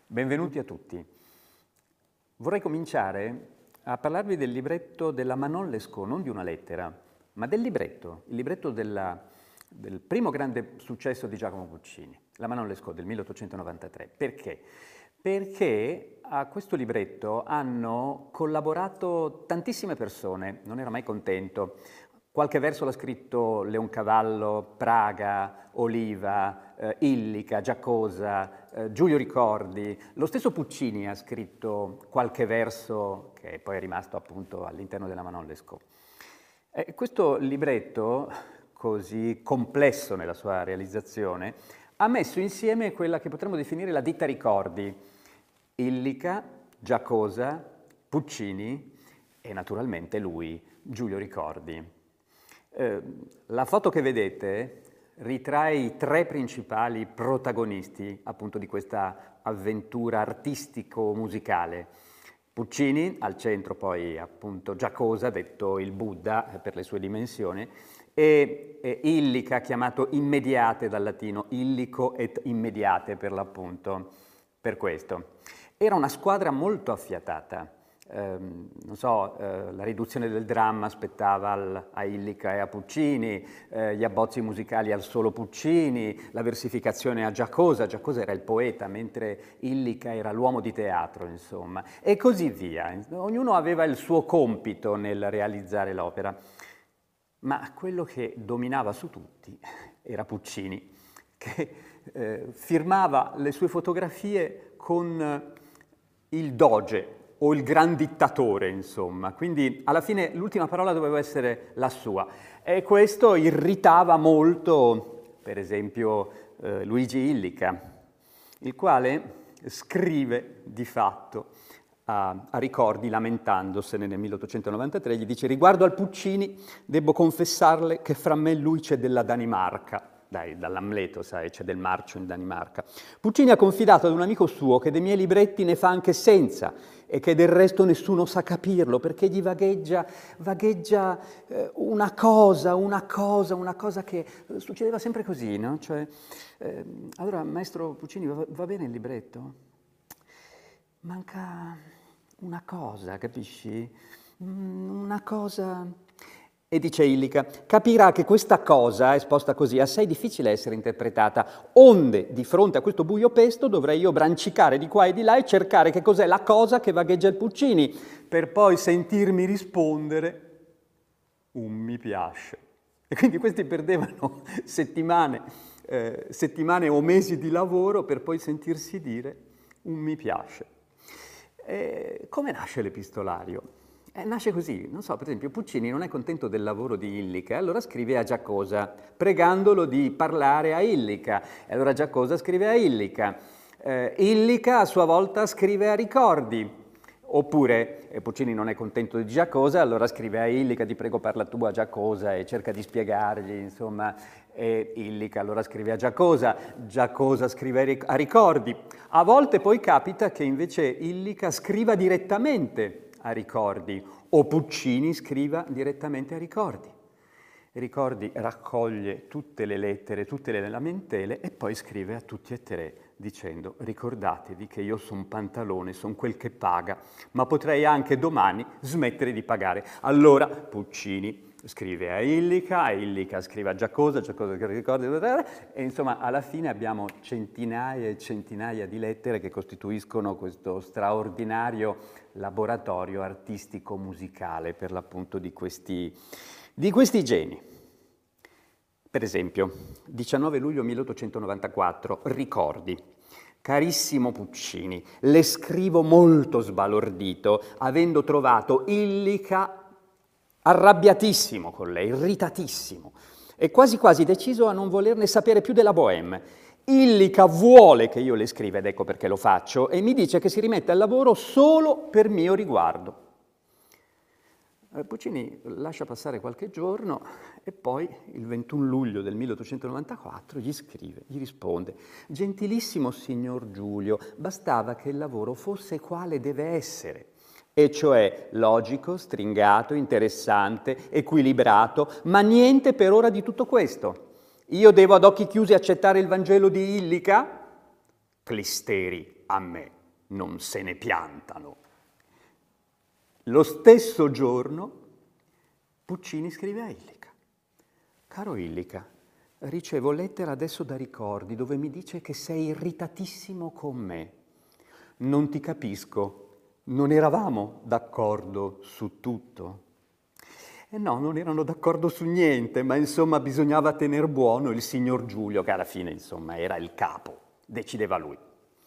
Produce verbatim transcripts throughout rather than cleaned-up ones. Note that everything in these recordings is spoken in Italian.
Benvenuti a tutti. Vorrei cominciare a parlarvi del libretto della Manon Lescaut, non di una lettera, ma del libretto, il libretto della, del primo grande successo di Giacomo Puccini, la Manon Lescaut del milleottocentonovantatré. Perché? Perché a questo libretto hanno collaborato tantissime persone, non era mai contento. Qualche verso l'ha scritto Leoncavallo, Praga, Oliva, eh, Illica, Giacosa, eh, Giulio Ricordi. Lo stesso Puccini ha scritto qualche verso che poi è rimasto appunto all'interno della Manon Lescaut. Eh, questo libretto, così complesso nella sua realizzazione, ha messo insieme quella che potremmo definire la ditta ricordi: Illica, Giacosa, Puccini e naturalmente lui, Giulio Ricordi. Eh, la foto che vedete ritrae i tre principali protagonisti appunto di questa avventura artistico-musicale. Puccini, al centro poi appunto Giacosa, detto il Buddha eh, per le sue dimensioni, e, e Illica, chiamato Immediate dal latino, illico et immediate per l'appunto, per questo. Era una squadra molto affiatata. Eh, non so, eh, la riduzione del dramma spettava al, a Illica e a Puccini, eh, gli abbozzi musicali al solo Puccini, la versificazione a Giacosa, Giacosa era il poeta mentre Illica era l'uomo di teatro, insomma, e così via. Ognuno aveva il suo compito nel realizzare l'opera, ma quello che dominava su tutti era Puccini, che eh, firmava le sue fotografie con il doge, o il gran dittatore, insomma. Quindi alla fine l'ultima parola doveva essere la sua. E questo irritava molto, per esempio, eh, Luigi Illica, il quale scrive di fatto a, a Ricordi, lamentandosene nel milleottocentonovantatré, gli dice: riguardo al Puccini, debbo confessarle che fra me e lui c'è della Danimarca. Dai, dall'Amleto, sai, c'è del marcio in Danimarca. Puccini ha confidato ad un amico suo che dei miei libretti ne fa anche senza e che del resto nessuno sa capirlo, perché gli vagheggia, vagheggia eh, una cosa, una cosa, una cosa che eh, succedeva sempre così, no? Cioè, eh, allora, maestro Puccini, va, va bene il libretto? Manca una cosa, capisci? Mm, una cosa... E dice Illica: capirà che questa cosa, esposta così, è assai difficile essere interpretata, onde di fronte a questo buio pesto dovrei io brancicare di qua e di là e cercare che cos'è la cosa che vagheggia il Puccini, per poi sentirmi rispondere un mi piace. E quindi questi perdevano settimane, eh, settimane o mesi di lavoro per poi sentirsi dire un mi piace. E come nasce l'epistolario? Eh, nasce così, non so, per esempio Puccini non è contento del lavoro di Illica, allora scrive a Giacosa, pregandolo di parlare a Illica, e allora Giacosa scrive a Illica, eh, Illica a sua volta scrive a Ricordi, oppure eh, Puccini non è contento di Giacosa, allora scrive a Illica: ti prego parla tu a Giacosa, e cerca di spiegargli, insomma, e Illica allora scrive a Giacosa, Giacosa scrive a Ricordi. A volte poi capita che invece Illica scriva direttamente a Ricordi, o Puccini scriva direttamente a Ricordi. Ricordi raccoglie tutte le lettere, tutte le lamentele e poi scrive a tutti e tre dicendo: ricordatevi che io son Pantalone, son quel che paga, ma potrei anche domani smettere di pagare. Allora Puccini scrive a Illica, Illica scrive a Giacosa, Giacosa che Ricordi, e insomma alla fine abbiamo centinaia e centinaia di lettere che costituiscono questo straordinario laboratorio artistico-musicale per l'appunto di questi, di questi geni. Per esempio, diciannove luglio milleottocentonovantaquattro, Ricordi. Carissimo Puccini, le scrivo molto sbalordito, avendo trovato Illica arrabbiatissimo con lei, irritatissimo, e quasi quasi deciso a non volerne sapere più della Bohème. Illica vuole che io le scriva, ed ecco perché lo faccio, e mi dice che si rimette al lavoro solo per mio riguardo. Puccini lascia passare qualche giorno e poi il ventuno luglio del milleottocentonovantaquattro gli scrive, gli risponde: gentilissimo signor Giulio, bastava che il lavoro fosse quale deve essere, e cioè logico, stringato, interessante, equilibrato, ma niente per ora di tutto questo. Io devo ad occhi chiusi accettare il Vangelo di Illica? Clisteri a me. non se ne piantano. Lo stesso giorno Puccini scrive a Illica: caro Illica, ricevo lettera adesso da Ricordi dove mi dice che sei irritatissimo con me. Non ti capisco, non eravamo d'accordo su tutto? E no, non erano d'accordo su niente, ma insomma bisognava tener buono il signor Giulio, che alla fine insomma era il capo, decideva lui.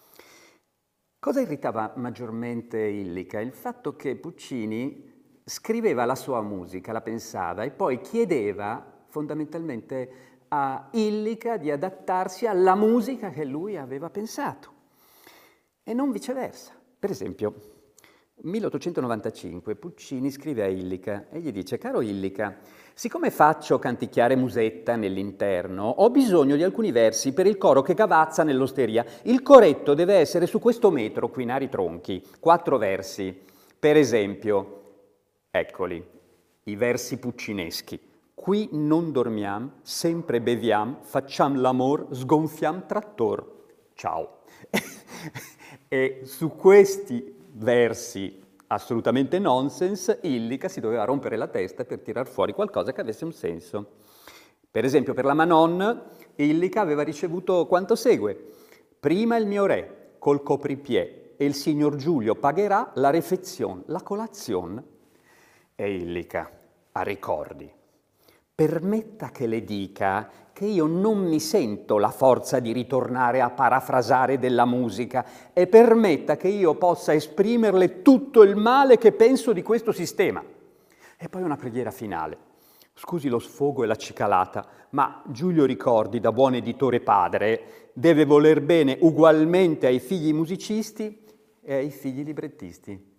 Cosa irritava maggiormente Illica? Il fatto che Puccini scriveva la sua musica, la pensava e poi chiedeva fondamentalmente a Illica di adattarsi alla musica che lui aveva pensato e non viceversa. Per esempio, milleottocentonovantacinque Puccini scrive a Illica e gli dice: caro Illica, siccome faccio canticchiare Musetta nell'interno, ho bisogno di alcuni versi per il coro che cavazza nell'osteria. Il coretto deve essere su questo metro, Quinari Tronchi, quattro versi. Per esempio, eccoli, i versi puccineschi. Qui non dormiam, sempre beviam, facciam l'amor, sgonfiam trattor. Ciao. E su questi versi assolutamente nonsense, Illica si doveva rompere la testa per tirar fuori qualcosa che avesse un senso. Per esempio, per la Manon, Illica aveva ricevuto quanto segue: prima il mio re, col copripiè, e il signor Giulio pagherà la refezione, la colazione. E Illica, a Ricordi: permetta che le dica che io non mi sento la forza di ritornare a parafrasare della musica e permetta che io possa esprimerle tutto il male che penso di questo sistema. E poi una preghiera finale. Scusi lo sfogo e la cicalata, ma Giulio Ricordi, da buon editore padre, deve voler bene ugualmente ai figli musicisti e ai figli librettisti.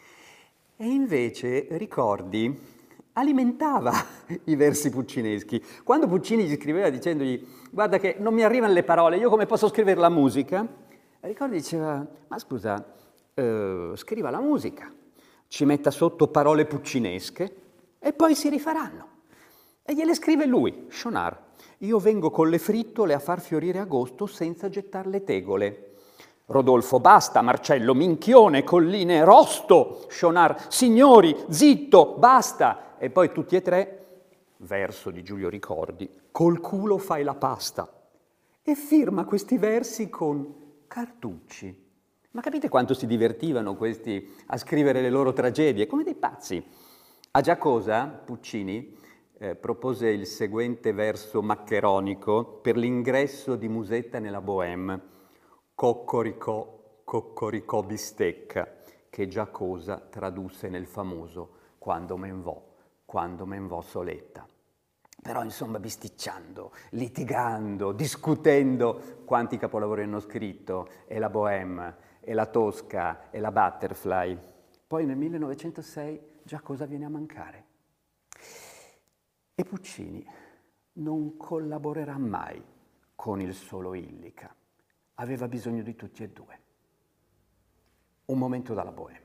E invece Ricordi alimentava i versi puccineschi. Quando Puccini gli scriveva dicendogli: guarda che non mi arrivano le parole, io come posso scrivere la musica? Ricordi diceva: ma scusa, eh, scriva la musica, ci metta sotto parole puccinesche e poi si rifaranno. E gliele scrive lui, Scionar: io vengo con le frittole a far fiorire agosto senza gettar le tegole. Rodolfo: basta, Marcello, minchione, colline, rosto. Scionar: signori, zitto, basta. E poi tutti e tre, verso di Giulio Ricordi: col culo fai la pasta. E firma questi versi con Carducci. Ma capite quanto si divertivano questi a scrivere le loro tragedie? Come dei pazzi. A Giacosa, Puccini eh, propose il seguente verso maccheronico per l'ingresso di Musetta nella Bohème: Coccoricò, coccoricò bistecca, che Giacosa tradusse nel famoso Quando men vo, quando men vo soletta. Però insomma bisticciando, litigando, discutendo quanti capolavori hanno scritto, e la Bohème, e la Tosca, e la Butterfly. Poi nel millenovecentosei Giacosa viene a mancare. E Puccini non collaborerà mai con il solo Illica. Aveva bisogno di tutti e due. Un momento dalla Bohème.